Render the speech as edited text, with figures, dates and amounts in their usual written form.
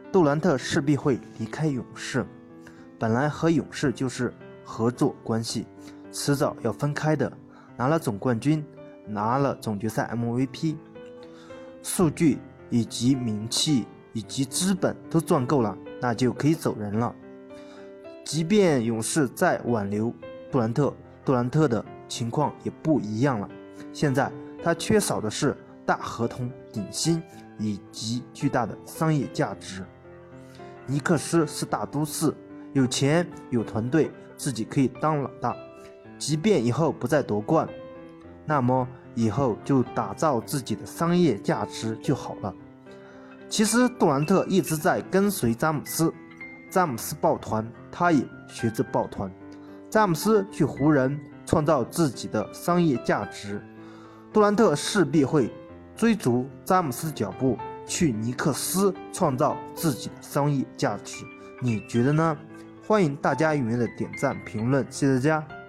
杜兰特势必会离开勇士。本来和勇士就是合作关系，迟早要分开的。拿了总冠军，拿了总决赛 MVP， 数据以及名气以及资本都赚够了，那就可以走人了。即便勇士再挽留杜兰特的情况也不一样了。现在他缺少的是大合同、顶薪以及巨大的商业价值。尼克斯是大都市，有钱有团队，自己可以当老大。即便以后不再夺冠，那么以后就打造自己的商业价值就好了。其实杜兰特一直在跟随詹姆斯，詹姆斯抱团，他也学着抱团。詹姆斯去湖人创造自己的商业价值，杜兰特势必会追逐詹姆斯脚步，去尼克斯创造自己的商业价值。你觉得呢？欢迎大家踊跃的点赞评论，谢谢大家。